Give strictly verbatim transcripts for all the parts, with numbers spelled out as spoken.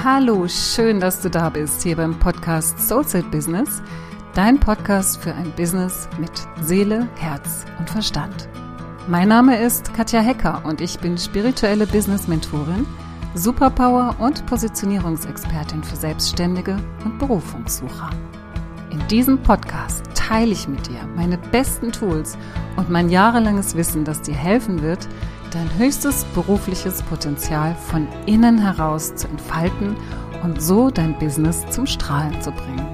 Hallo, schön, dass du da bist, hier beim Podcast Soulset Business, dein Podcast für ein Business mit Seele, Herz und Verstand. Mein Name ist Katja Hecker und ich bin spirituelle Business-Mentorin, Superpower- und Positionierungsexpertin für Selbstständige und Berufungssucher. In diesem Podcast teile ich mit dir meine besten Tools und mein jahrelanges Wissen, das dir helfen wird, dein höchstes berufliches Potenzial von innen heraus zu entfalten und so dein Business zum Strahlen zu bringen.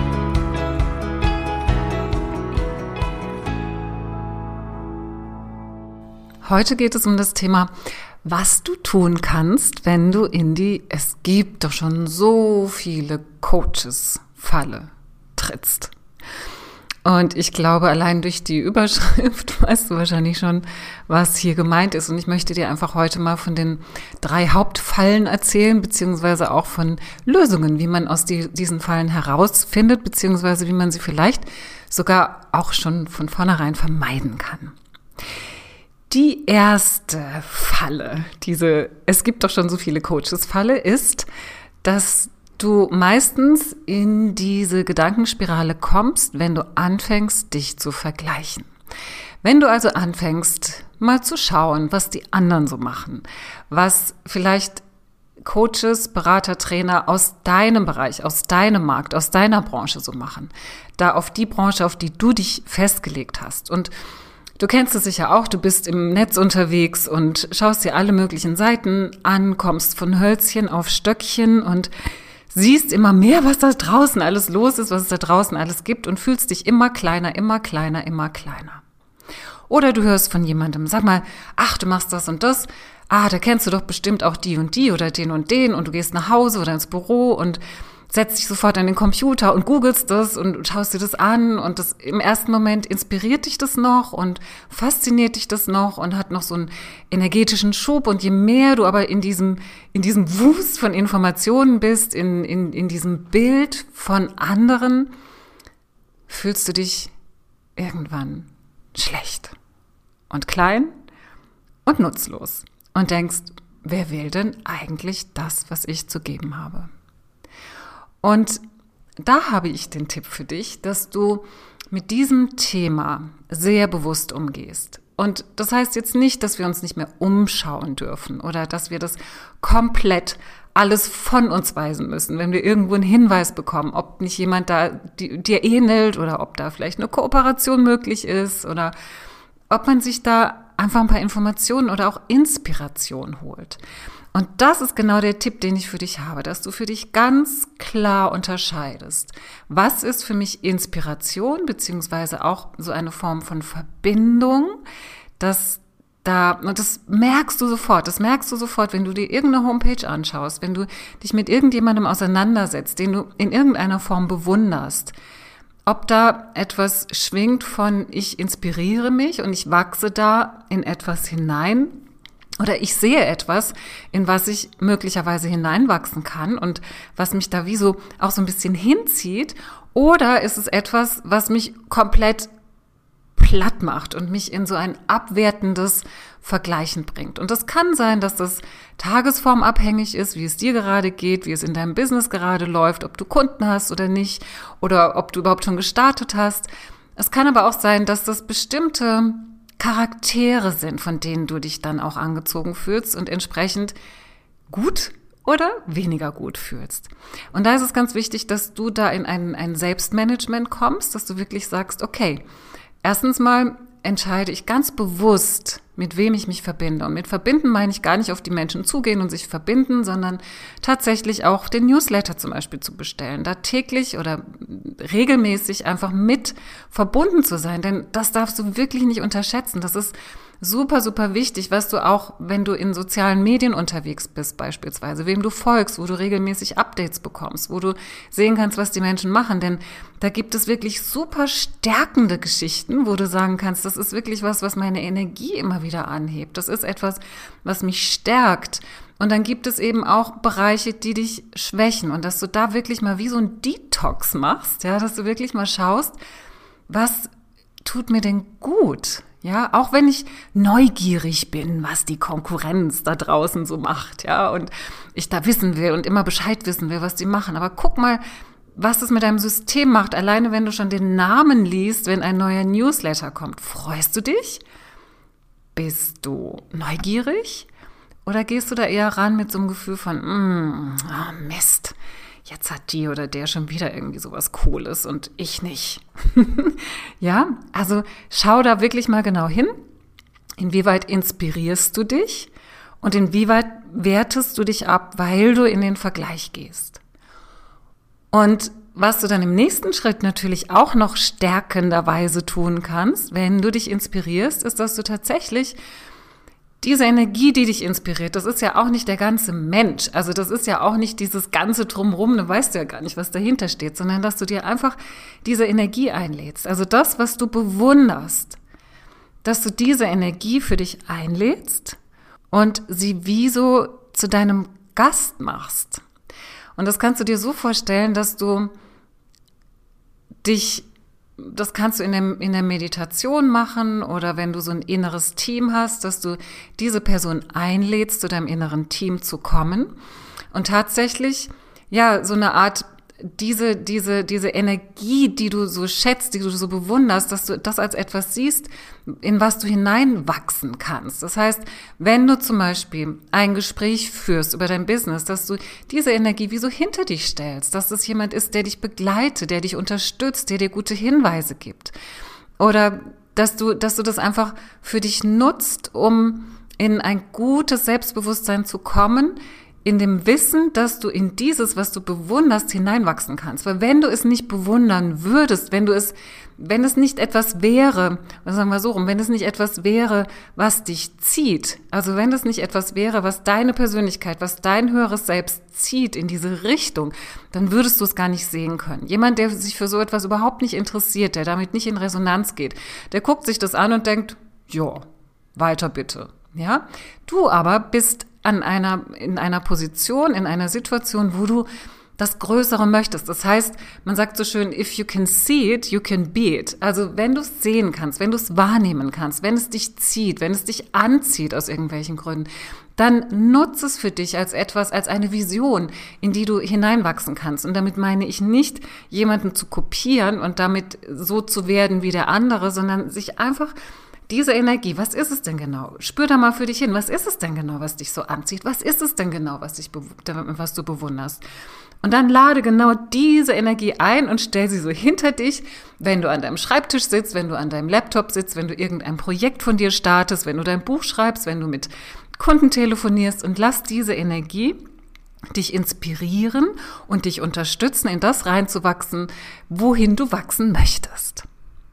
Heute geht es um das Thema, was du tun kannst, wenn du in die es gibt doch schon so viele Coaches-Falle trittst. Und ich glaube, allein durch die Überschrift weißt du wahrscheinlich schon, was hier gemeint ist. Und ich möchte dir einfach heute mal von den drei Hauptfallen erzählen, beziehungsweise auch von Lösungen, wie man aus die, diesen Fallen herausfindet, beziehungsweise wie man sie vielleicht sogar auch schon von vornherein vermeiden kann. Die erste Falle, diese es gibt doch schon so viele Coaches-Falle, ist, dass du meistens in diese Gedankenspirale kommst, wenn du anfängst, dich zu vergleichen. Wenn du also anfängst, mal zu schauen, was die anderen so machen, was vielleicht Coaches, Berater, Trainer aus deinem Bereich, aus deinem Markt, aus deiner Branche so machen, da auf die Branche, auf die du dich festgelegt hast. Und du kennst es sicher auch, du bist im Netz unterwegs und schaust dir alle möglichen Seiten an, kommst von Hölzchen auf Stöckchen und siehst immer mehr, was da draußen alles los ist, was es da draußen alles gibt und fühlst dich immer kleiner, immer kleiner, immer kleiner. Oder du hörst von jemandem, sag mal, ach, du machst das und das, ah, da kennst du doch bestimmt auch die und die oder den und den und du gehst nach Hause oder ins Büro und setzt dich sofort an den Computer und googelst das und schaust dir das an und das im ersten Moment inspiriert dich das noch und fasziniert dich das noch und hat noch so einen energetischen Schub und je mehr du aber in diesem in diesem Wust von Informationen bist, in in in diesem Bild von anderen, fühlst du dich irgendwann schlecht und klein und nutzlos und denkst, wer will denn eigentlich das, was ich zu geben habe? Und da habe ich den Tipp für dich, dass du mit diesem Thema sehr bewusst umgehst. Und das heißt jetzt nicht, dass wir uns nicht mehr umschauen dürfen oder dass wir das komplett alles von uns weisen müssen, wenn wir irgendwo einen Hinweis bekommen, ob nicht jemand da dir ähnelt oder ob da vielleicht eine Kooperation möglich ist oder ob man sich da einfach ein paar Informationen oder auch Inspiration holt. Und das ist genau der Tipp, den ich für dich habe, dass du für dich ganz klar unterscheidest. Was ist für mich Inspiration, beziehungsweise auch so eine Form von Verbindung, dass da, und das merkst du sofort, das merkst du sofort, wenn du dir irgendeine Homepage anschaust, wenn du dich mit irgendjemandem auseinandersetzt, den du in irgendeiner Form bewunderst, ob da etwas schwingt von ich inspiriere mich und ich wachse da in etwas hinein, oder ich sehe etwas, in was ich möglicherweise hineinwachsen kann und was mich da wie so auch so ein bisschen hinzieht. Oder ist es etwas, was mich komplett platt macht und mich in so ein abwertendes Vergleichen bringt. Und das kann sein, dass das tagesformabhängig ist, wie es dir gerade geht, wie es in deinem Business gerade läuft, ob du Kunden hast oder nicht oder ob du überhaupt schon gestartet hast. Es kann aber auch sein, dass das bestimmte Charaktere sind, von denen du dich dann auch angezogen fühlst und entsprechend gut oder weniger gut fühlst. Und da ist es ganz wichtig, dass du da in ein, ein Selbstmanagement kommst, dass du wirklich sagst, okay, erstens mal entscheide ich ganz bewusst, mit wem ich mich verbinde. Und mit verbinden meine ich gar nicht auf die Menschen zugehen und sich verbinden, sondern tatsächlich auch den Newsletter zum Beispiel zu bestellen, da täglich oder regelmäßig einfach mit verbunden zu sein. Denn das darfst du wirklich nicht unterschätzen. Das ist super, super wichtig, was du auch, wenn du in sozialen Medien unterwegs bist beispielsweise, wem du folgst, wo du regelmäßig Updates bekommst, wo du sehen kannst, was die Menschen machen. Denn da gibt es wirklich super stärkende Geschichten, wo du sagen kannst, das ist wirklich was, was meine Energie immer wieder anhebt. Das ist etwas, was mich stärkt. Und dann gibt es eben auch Bereiche, die dich schwächen und dass du da wirklich mal wie so ein Detox machst, ja, dass du wirklich mal schaust, was tut mir denn gut? Ja, auch wenn ich neugierig bin, was die Konkurrenz da draußen so macht, ja, und ich da wissen will und immer Bescheid wissen will, was die machen. Aber guck mal, was es mit deinem System macht. Alleine wenn du schon den Namen liest, wenn ein neuer Newsletter kommt. Freust du dich? Bist du neugierig? Oder gehst du da eher ran mit so einem Gefühl von, mm, oh Mist, jetzt hat die oder der schon wieder irgendwie sowas Cooles und ich nicht. Ja, also schau da wirklich mal genau hin. Inwieweit inspirierst du dich und inwieweit wertest du dich ab, weil du in den Vergleich gehst. Und was du dann im nächsten Schritt natürlich auch noch stärkenderweise tun kannst, wenn du dich inspirierst, ist, dass du tatsächlich diese Energie, die dich inspiriert, das ist ja auch nicht der ganze Mensch. Also das ist ja auch nicht dieses ganze Drumherum, du weißt ja gar nicht, was dahinter steht, sondern dass du dir einfach diese Energie einlädst. Also das, was du bewunderst, dass du diese Energie für dich einlädst und sie wie so zu deinem Gast machst. Und das kannst du dir so vorstellen, dass du dich Das kannst du in der, in der Meditation machen oder wenn du so ein inneres Team hast, dass du diese Person einlädst, zu deinem inneren Team zu kommen und tatsächlich, ja, so eine Art, diese, diese, diese Energie, die du so schätzt, die du so bewunderst, dass du das als etwas siehst, in was du hineinwachsen kannst. Das heißt, wenn du zum Beispiel ein Gespräch führst über dein Business, dass du diese Energie wie so hinter dich stellst, dass es jemand ist, der dich begleitet, der dich unterstützt, der dir gute Hinweise gibt. Oder dass du, dass du das einfach für dich nutzt, um in ein gutes Selbstbewusstsein zu kommen, in dem Wissen, dass du in dieses, was du bewunderst, hineinwachsen kannst. Weil wenn du es nicht bewundern würdest, wenn du es, wenn es nicht etwas wäre, oder sagen wir so rum, wenn es nicht etwas wäre, was dich zieht, also wenn es nicht etwas wäre, was deine Persönlichkeit, was dein höheres Selbst zieht in diese Richtung, dann würdest du es gar nicht sehen können. Jemand, der sich für so etwas überhaupt nicht interessiert, der damit nicht in Resonanz geht, der guckt sich das an und denkt, ja, weiter bitte. Ja, du aber bist an einer, in einer Position, in einer Situation, wo du das Größere möchtest. Das heißt, man sagt so schön, if you can see it, you can be it. Also wenn du es sehen kannst, wenn du es wahrnehmen kannst, wenn es dich zieht, wenn es dich anzieht aus irgendwelchen Gründen, dann nutze es für dich als etwas, als eine Vision, in die du hineinwachsen kannst. Und damit meine ich nicht, jemanden zu kopieren und damit so zu werden wie der andere, sondern sich einfach diese Energie, was ist es denn genau? Spür da mal für dich hin, was ist es denn genau, was dich so anzieht? Was ist es denn genau, was, dich, was du bewunderst? Und dann lade genau diese Energie ein und stell sie so hinter dich, wenn du an deinem Schreibtisch sitzt, wenn du an deinem Laptop sitzt, wenn du irgendein Projekt von dir startest, wenn du dein Buch schreibst, wenn du mit Kunden telefonierst und lass diese Energie dich inspirieren und dich unterstützen, in das reinzuwachsen, wohin du wachsen möchtest.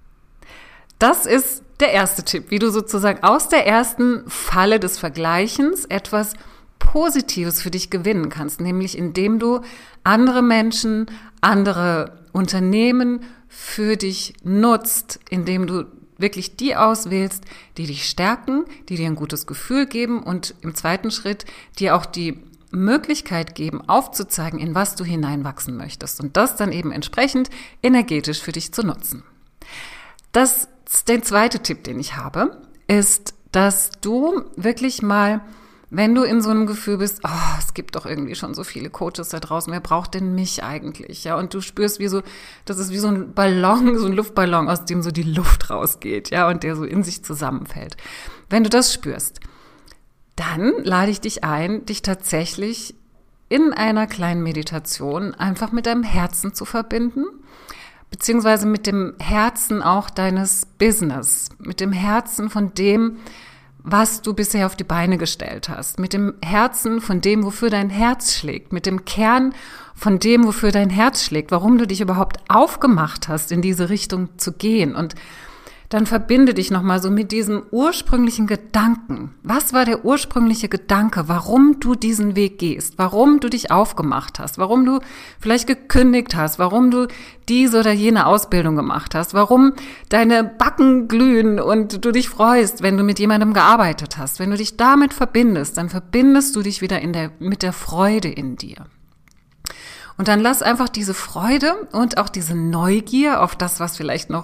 Das ist der erste Tipp, wie du sozusagen aus der ersten Falle des Vergleichens etwas Positives für dich gewinnen kannst, nämlich indem du andere Menschen, andere Unternehmen für dich nutzt, indem du wirklich die auswählst, die dich stärken, die dir ein gutes Gefühl geben und im zweiten Schritt dir auch die Möglichkeit geben, aufzuzeigen, in was du hineinwachsen möchtest und das dann eben entsprechend energetisch für dich zu nutzen. Das Der zweite Tipp, den ich habe, ist, dass du wirklich mal, wenn du in so einem Gefühl bist, oh, es gibt doch irgendwie schon so viele Coaches da draußen, wer braucht denn mich eigentlich? Ja, und du spürst, wie so, das ist wie so ein Ballon, so ein Luftballon, aus dem so die Luft rausgeht, ja, und der so in sich zusammenfällt. Wenn du das spürst, dann lade ich dich ein, dich tatsächlich in einer kleinen Meditation einfach mit deinem Herzen zu verbinden, beziehungsweise mit dem Herzen auch deines Business, mit dem Herzen von dem, was du bisher auf die Beine gestellt hast, mit dem Herzen von dem, wofür dein Herz schlägt, mit dem Kern von dem, wofür dein Herz schlägt, warum du dich überhaupt aufgemacht hast, in diese Richtung zu gehen. Und dann verbinde dich nochmal so mit diesem ursprünglichen Gedanken. Was war der ursprüngliche Gedanke, warum du diesen Weg gehst, warum du dich aufgemacht hast, warum du vielleicht gekündigt hast, warum du diese oder jene Ausbildung gemacht hast, warum deine Backen glühen und du dich freust, wenn du mit jemandem gearbeitet hast. Wenn du dich damit verbindest, dann verbindest du dich wieder in der, mit der Freude in dir. Und dann lass einfach diese Freude und auch diese Neugier auf das, was vielleicht noch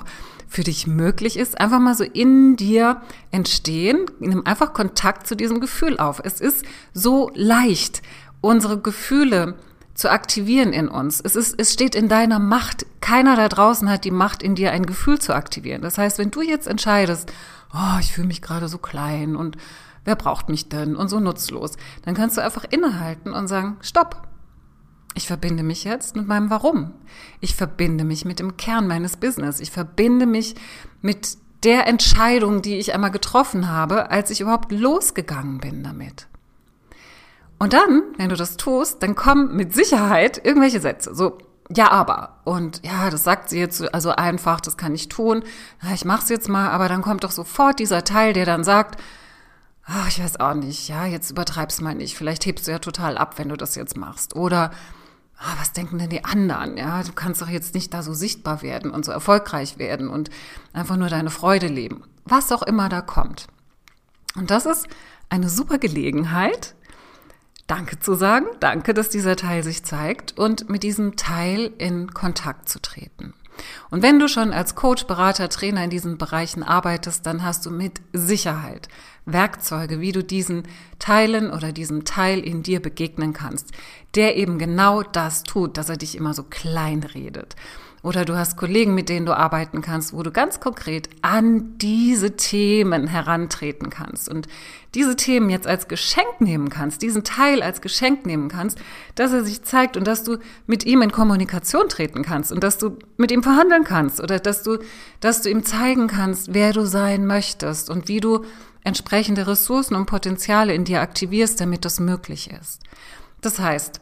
für dich möglich ist, einfach mal so in dir entstehen. Nimm einfach Kontakt zu diesem Gefühl auf. Es ist so leicht, unsere Gefühle zu aktivieren in uns. Es ist, es steht in deiner Macht. Keiner da draußen hat die Macht, in dir ein Gefühl zu aktivieren. Das heißt, wenn du jetzt entscheidest, oh, ich fühle mich gerade so klein und wer braucht mich denn und so nutzlos, dann kannst du einfach innehalten und sagen, stopp. Ich verbinde mich jetzt mit meinem Warum. Ich verbinde mich mit dem Kern meines Business. Ich verbinde mich mit der Entscheidung, die ich einmal getroffen habe, als ich überhaupt losgegangen bin damit. Und dann, wenn du das tust, dann kommen mit Sicherheit irgendwelche Sätze. So, ja, aber. Und ja, das sagt sie jetzt also einfach, das kann ich tun. Ja, ich mach's jetzt mal, aber dann kommt doch sofort dieser Teil, der dann sagt, ach, ich weiß auch nicht, ja, jetzt übertreib's mal nicht. Vielleicht hebst du ja total ab, wenn du das jetzt machst. Oder ah, was denken denn die anderen? Ja, du kannst doch jetzt nicht da so sichtbar werden und so erfolgreich werden und einfach nur deine Freude leben. Was auch immer da kommt. Und das ist eine super Gelegenheit, Danke zu sagen. Danke, dass dieser Teil sich zeigt und mit diesem Teil in Kontakt zu treten. Und wenn du schon als Coach, Berater, Trainer in diesen Bereichen arbeitest, dann hast du mit Sicherheit Werkzeuge, wie du diesen Teilen oder diesem Teil in dir begegnen kannst, der eben genau das tut, dass er dich immer so klein redet. Oder du hast Kollegen, mit denen du arbeiten kannst, wo du ganz konkret an diese Themen herantreten kannst und diese Themen jetzt als Geschenk nehmen kannst, diesen Teil als Geschenk nehmen kannst, dass er sich zeigt und dass du mit ihm in Kommunikation treten kannst und dass du mit ihm verhandeln kannst oder dass du, dass du ihm zeigen kannst, wer du sein möchtest und wie du entsprechende Ressourcen und Potenziale in dir aktivierst, damit das möglich ist. Das heißt,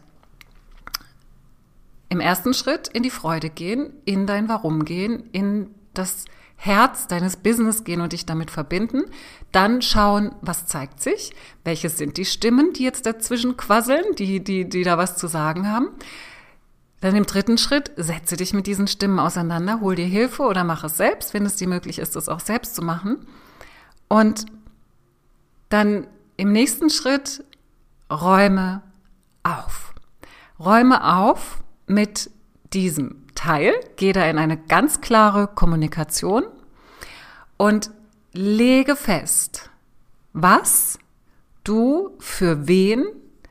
im ersten Schritt in die Freude gehen, in dein Warum gehen, in das Herz deines Business gehen und dich damit verbinden. Dann schauen, was zeigt sich, welches sind die Stimmen, die jetzt dazwischen quasseln, die, die, die da was zu sagen haben. Dann im dritten Schritt, setze dich mit diesen Stimmen auseinander, hol dir Hilfe oder mach es selbst, wenn es dir möglich ist, das auch selbst zu machen. Und dann im nächsten Schritt, räume auf. Räume auf mit diesem Teil, geh da in eine ganz klare Kommunikation und lege fest, was du für wen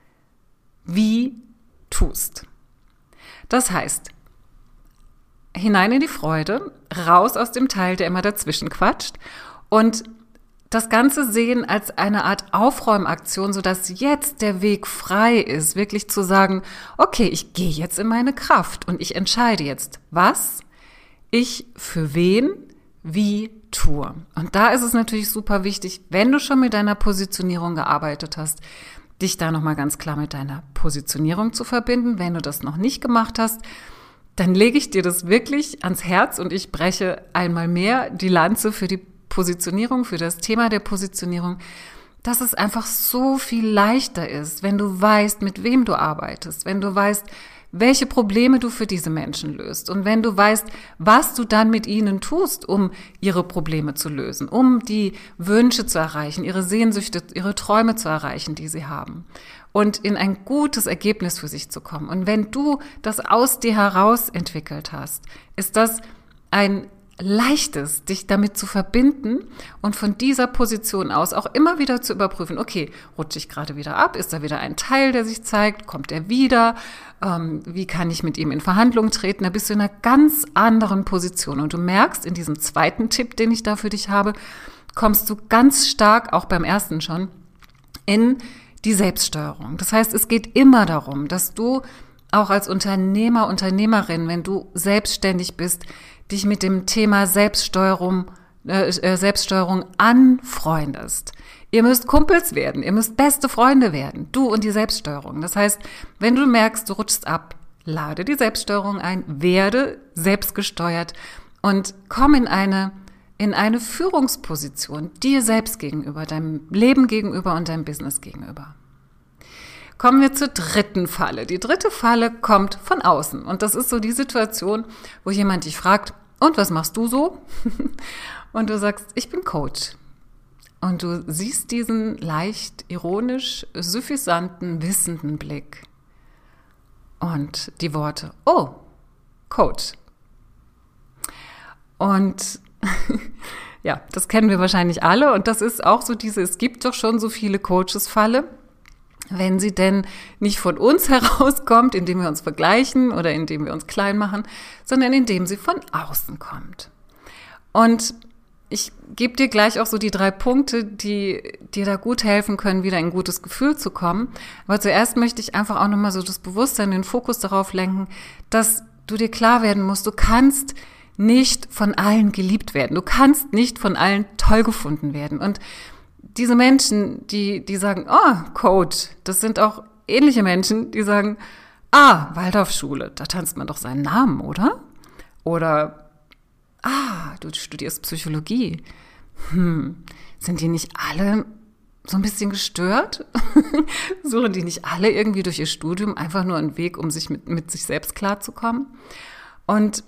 wie tust. Das heißt, hinein in die Freude, raus aus dem Teil, der immer dazwischen quatscht und das Ganze sehen als eine Art Aufräumaktion, sodass jetzt der Weg frei ist, wirklich zu sagen, okay, ich gehe jetzt in meine Kraft und ich entscheide jetzt, was ich für wen wie tue. Und da ist es natürlich super wichtig, wenn du schon mit deiner Positionierung gearbeitet hast, dich da nochmal ganz klar mit deiner Positionierung zu verbinden. Wenn du das noch nicht gemacht hast, dann lege ich dir das wirklich ans Herz und ich breche einmal mehr die Lanze für die Positionierung, für das Thema der Positionierung, dass es einfach so viel leichter ist, wenn du weißt, mit wem du arbeitest, wenn du weißt, welche Probleme du für diese Menschen löst und wenn du weißt, was du dann mit ihnen tust, um ihre Probleme zu lösen, um die Wünsche zu erreichen, ihre Sehnsüchte, ihre Träume zu erreichen, die sie haben und in ein gutes Ergebnis für sich zu kommen. Und wenn du das aus dir heraus entwickelt hast, ist das ein leichtes, dich damit zu verbinden und von dieser Position aus auch immer wieder zu überprüfen, okay, rutsche ich gerade wieder ab? Ist da wieder ein Teil, der sich zeigt? Kommt er wieder? Ähm, wie kann ich mit ihm in Verhandlung treten? Da bist du in einer ganz anderen Position. Und du merkst, in diesem zweiten Tipp, den ich da für dich habe, kommst du ganz stark, auch beim ersten schon, in die Selbststeuerung. Das heißt, es geht immer darum, dass du auch als Unternehmer, Unternehmerin, wenn du selbstständig bist, dich mit dem Thema Selbststeuerung, äh, Selbststeuerung anfreundest. Ihr müsst Kumpels werden, ihr müsst beste Freunde werden, du und die Selbststeuerung. Das heißt, wenn du merkst, du rutschst ab, lade die Selbststeuerung ein, werde selbstgesteuert und komm in eine, in eine Führungsposition dir selbst gegenüber, deinem Leben gegenüber und deinem Business gegenüber. Kommen wir zur dritten Falle. Die dritte Falle kommt von außen. Und das ist so die Situation, wo jemand dich fragt, und was machst du so? Und du sagst, ich bin Coach. Und du siehst diesen leicht ironisch, suffisanten, wissenden Blick. Und die Worte, oh, Coach. Und Ja, das kennen wir wahrscheinlich alle und das ist auch so diese, es gibt doch schon so viele Coaches-Falle, wenn sie denn nicht von uns herauskommt, indem wir uns vergleichen oder indem wir uns klein machen, sondern indem sie von außen kommt. Und ich gebe dir gleich auch so die drei Punkte, die dir da gut helfen können, wieder in ein gutes Gefühl zu kommen. Aber zuerst möchte ich einfach auch nochmal so das Bewusstsein, den Fokus darauf lenken, dass du dir klar werden musst, du kannst nicht von allen geliebt werden. Du kannst nicht von allen toll gefunden werden. Und diese Menschen, die, die sagen, oh, Coach, das sind auch ähnliche Menschen, die sagen, ah, Waldorfschule, da tanzt man doch seinen Namen, oder? Oder, ah, du studierst Psychologie. Hm, sind die nicht alle so ein bisschen gestört? Suchen die nicht alle irgendwie durch ihr Studium einfach nur einen Weg, um sich mit, mit sich selbst klarzukommen? Und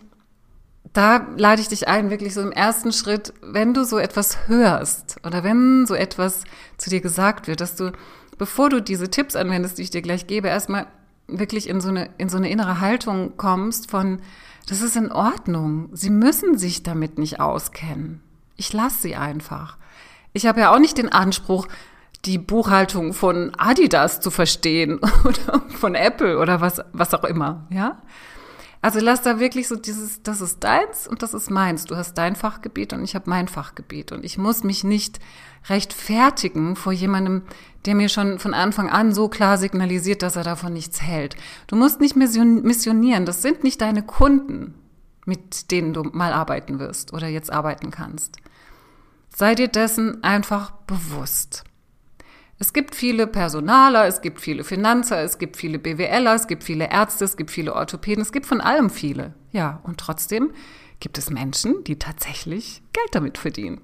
da lade ich dich ein, wirklich so im ersten Schritt, wenn du so etwas hörst oder wenn so etwas zu dir gesagt wird, dass du, bevor du diese Tipps anwendest, die ich dir gleich gebe, erstmal wirklich in so eine, in so eine innere Haltung kommst von, das ist in Ordnung. Sie müssen sich damit nicht auskennen. Ich lasse sie einfach. Ich habe ja auch nicht den Anspruch, die Buchhaltung von Adidas zu verstehen oder von Apple oder was, was auch immer, ja? Also lass da wirklich so dieses, das ist deins und das ist meins. Du hast dein Fachgebiet und ich habe mein Fachgebiet. Und ich muss mich nicht rechtfertigen vor jemandem, der mir schon von Anfang an so klar signalisiert, dass er davon nichts hält. Du musst nicht missionieren. Das sind nicht deine Kunden, mit denen du mal arbeiten wirst oder jetzt arbeiten kannst. Sei dir dessen einfach bewusst. Es gibt viele Personaler, es gibt viele Finanzer, es gibt viele BWLer, es gibt viele Ärzte, es gibt viele Orthopäden, es gibt von allem viele. Ja, und trotzdem gibt es Menschen, die tatsächlich Geld damit verdienen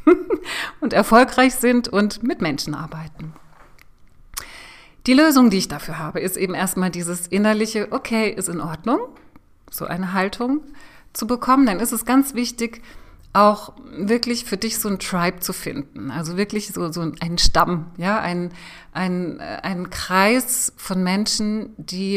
und erfolgreich sind und mit Menschen arbeiten. Die Lösung, die ich dafür habe, ist eben erstmal dieses innerliche, okay, ist in Ordnung, so eine Haltung zu bekommen. Dann ist es ganz wichtig, auch wirklich für dich so ein Tribe zu finden, also wirklich so, so einen Stamm, ja, ein, ein, ein Kreis von Menschen, die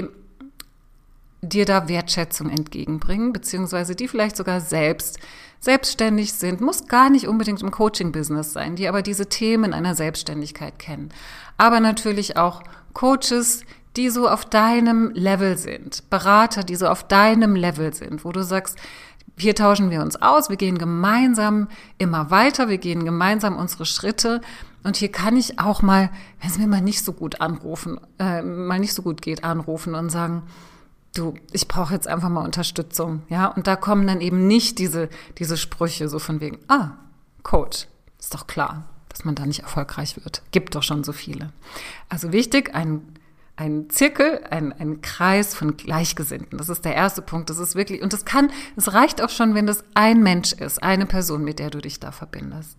dir da Wertschätzung entgegenbringen, beziehungsweise die vielleicht sogar selbst selbstständig sind, muss gar nicht unbedingt im Coaching-Business sein, die aber diese Themen einer Selbstständigkeit kennen. Aber natürlich auch Coaches, die so auf deinem Level sind, Berater, die so auf deinem Level sind, wo du sagst, hier tauschen wir uns aus, wir gehen gemeinsam immer weiter, wir gehen gemeinsam unsere Schritte und hier kann ich auch mal, wenn es mir mal nicht so gut anrufen, äh, mal nicht so gut geht, anrufen und sagen, du, ich brauche jetzt einfach mal Unterstützung, ja, und da kommen dann eben nicht diese, diese Sprüche so von wegen, ah, Coach, ist doch klar, dass man da nicht erfolgreich wird, gibt doch schon so viele. Also wichtig, ein Ein Zirkel, ein, ein Kreis von Gleichgesinnten. Das ist der erste Punkt. Das ist wirklich, und das kann, es reicht auch schon, wenn das ein Mensch ist, eine Person, mit der du dich da verbindest.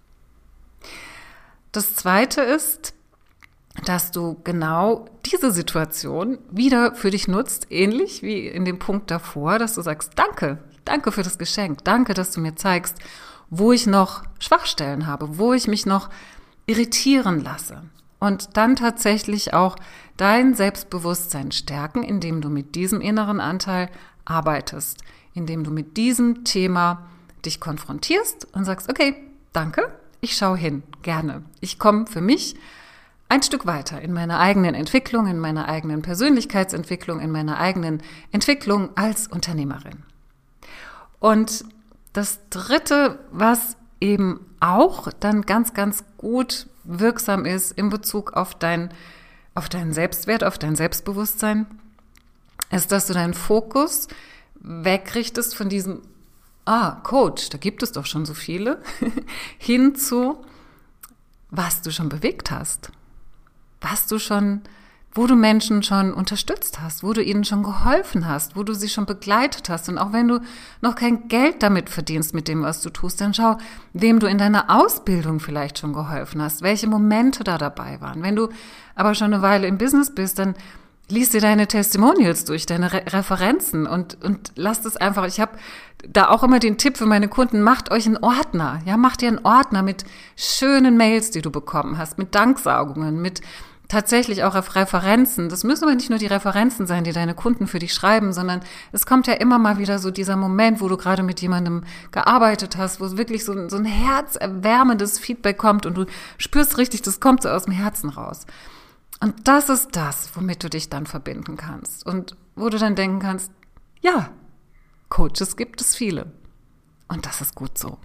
Das zweite ist, dass du genau diese Situation wieder für dich nutzt, ähnlich wie in dem Punkt davor, dass du sagst, danke, danke für das Geschenk, danke, dass du mir zeigst, wo ich noch Schwachstellen habe, wo ich mich noch irritieren lasse. Und dann tatsächlich auch dein Selbstbewusstsein stärken, indem du mit diesem inneren Anteil arbeitest, indem du mit diesem Thema dich konfrontierst und sagst, okay, danke, ich schaue hin, gerne. Ich komme für mich ein Stück weiter in meiner eigenen Entwicklung, in meiner eigenen Persönlichkeitsentwicklung, in meiner eigenen Entwicklung als Unternehmerin. Und das Dritte, was eben auch dann ganz, ganz gut wirksam ist in Bezug auf dein, auf deinen Selbstwert, auf dein Selbstbewusstsein, ist, dass du deinen Fokus wegrichtest von diesem, ah, Coach, da gibt es doch schon so viele, hin zu, was du schon bewegt hast, was du schon, wo du Menschen schon unterstützt hast, wo du ihnen schon geholfen hast, wo du sie schon begleitet hast. Und auch wenn du noch kein Geld damit verdienst mit dem, was du tust, dann schau, wem du in deiner Ausbildung vielleicht schon geholfen hast, welche Momente da dabei waren. Wenn du aber schon eine Weile im Business bist, dann lies dir deine Testimonials durch, deine Re- Referenzen und, und lasst es einfach. Ich habe da auch immer den Tipp für meine Kunden, macht euch einen Ordner. Ja, macht dir einen Ordner mit schönen Mails, die du bekommen hast, mit Danksagungen, mit tatsächlich auch auf Referenzen. Das müssen aber nicht nur die Referenzen sein, die deine Kunden für dich schreiben, sondern es kommt ja immer mal wieder so dieser Moment, wo du gerade mit jemandem gearbeitet hast, wo es wirklich so, so ein herzerwärmendes Feedback kommt und du spürst richtig, das kommt so aus dem Herzen raus. Und das ist das, womit du dich dann verbinden kannst und wo du dann denken kannst, ja, Coaches gibt es viele. Und das ist gut so.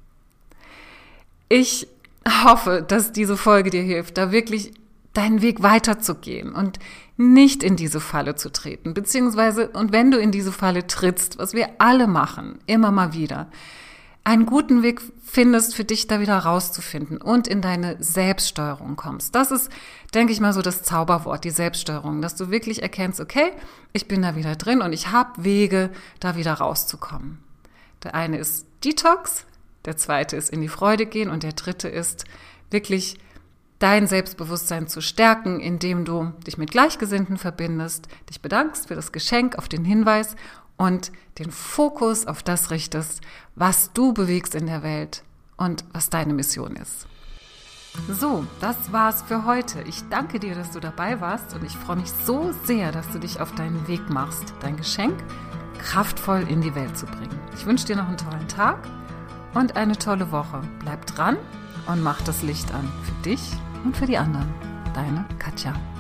Ich hoffe, dass diese Folge dir hilft, da wirklich deinen Weg weiterzugehen und nicht in diese Falle zu treten. Beziehungsweise, und wenn du in diese Falle trittst, was wir alle machen, immer mal wieder, einen guten Weg findest, für dich da wieder rauszufinden und in deine Selbststeuerung kommst. Das ist, denke ich mal, so das Zauberwort, die Selbststeuerung, dass du wirklich erkennst, okay, ich bin da wieder drin und ich habe Wege, da wieder rauszukommen. Der eine ist Detox, der zweite ist in die Freude gehen und der dritte ist wirklich dein Selbstbewusstsein zu stärken, indem du dich mit Gleichgesinnten verbindest, dich bedankst für das Geschenk, auf den Hinweis und den Fokus auf das richtest, was du bewegst in der Welt und was deine Mission ist. So, das war's für heute. Ich danke dir, dass du dabei warst und ich freue mich so sehr, dass du dich auf deinen Weg machst, dein Geschenk kraftvoll in die Welt zu bringen. Ich wünsche dir noch einen tollen Tag und eine tolle Woche. Bleib dran und mach das Licht an für dich und für die anderen. Deine Katja.